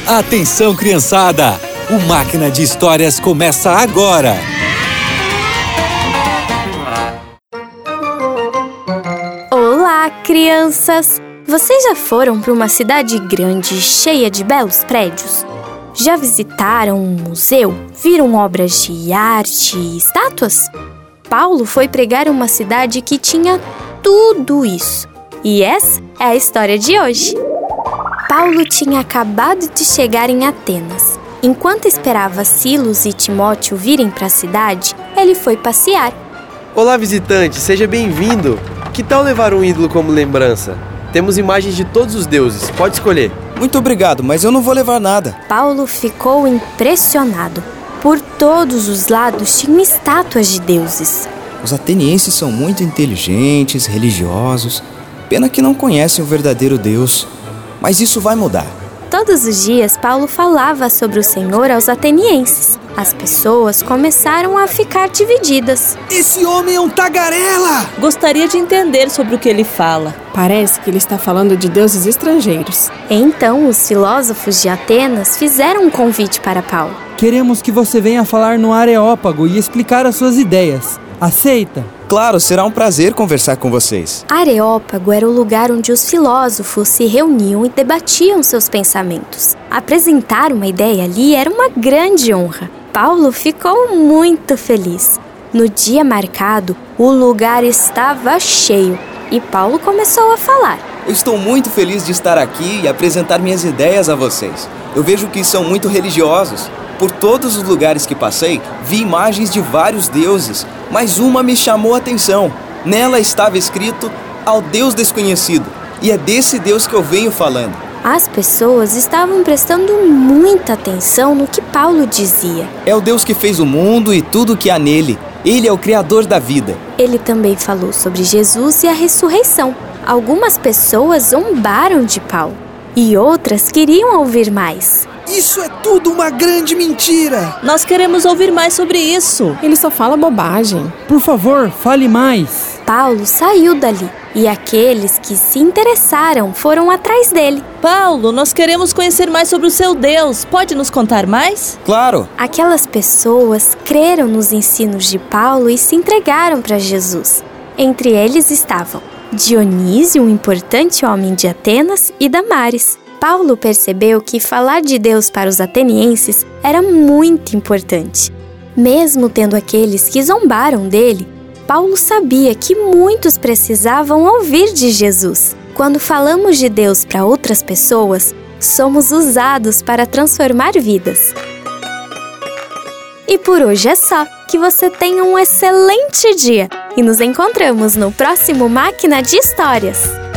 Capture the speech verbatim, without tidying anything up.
Atenção, criançada! O Máquina de Histórias começa agora! Olá, crianças! Vocês já foram para uma cidade grande, cheia de belos prédios? Já visitaram um museu? Viram obras de arte e estátuas? Paulo foi pregar em uma cidade que tinha tudo isso. E essa é a história de hoje. Paulo tinha acabado de chegar em Atenas. Enquanto esperava Silas e Timóteo virem para a cidade, ele foi passear. Olá, visitante, seja bem-vindo! Que tal levar um ídolo como lembrança? Temos imagens de todos os deuses, pode escolher. Muito obrigado, mas eu não vou levar nada. Paulo ficou impressionado. Por todos os lados tinham estátuas de deuses. Os atenienses são muito inteligentes, religiosos. Pena que não conhecem o verdadeiro Deus. Mas isso vai mudar. Todos os dias, Paulo falava sobre o Senhor aos atenienses. As pessoas começaram a ficar divididas. Esse homem é um tagarela! Gostaria de entender sobre o que ele fala. Parece que ele está falando de deuses estrangeiros. Então, os filósofos de Atenas fizeram um convite para Paulo. Queremos que você venha falar no Areópago e explicar as suas ideias. Aceita? Claro, será um prazer conversar com vocês. Areópago era o lugar onde os filósofos se reuniam e debatiam seus pensamentos. Apresentar uma ideia ali era uma grande honra. Paulo ficou muito feliz. No dia marcado, o lugar estava cheio e Paulo começou a falar. Eu estou muito feliz de estar aqui e apresentar minhas ideias a vocês. Eu vejo que são muito religiosos. Por todos os lugares que passei, vi imagens de vários deuses, mas uma me chamou a atenção. Nela estava escrito ao Deus desconhecido, e é desse Deus que eu venho falando. As pessoas estavam prestando muita atenção no que Paulo dizia. É o Deus que fez o mundo e tudo que há nele. Ele é o Criador da vida. Ele também falou sobre Jesus e a ressurreição. Algumas pessoas zombaram de Paulo, e outras queriam ouvir mais. Isso é tudo uma grande mentira! Nós queremos ouvir mais sobre isso. Ele só fala bobagem. Por favor, fale mais. Paulo saiu dali e aqueles que se interessaram foram atrás dele. Paulo, nós queremos conhecer mais sobre o seu Deus. Pode nos contar mais? Claro! Aquelas pessoas creram nos ensinos de Paulo e se entregaram para Jesus. Entre eles estavam Dionísio, um importante homem de Atenas, e Damares. Paulo percebeu que falar de Deus para os atenienses era muito importante. Mesmo tendo aqueles que zombaram dele, Paulo sabia que muitos precisavam ouvir de Jesus. Quando falamos de Deus para outras pessoas, somos usados para transformar vidas. E por hoje é só. Que você tenha um excelente dia e nos encontramos no próximo Máquina de Histórias.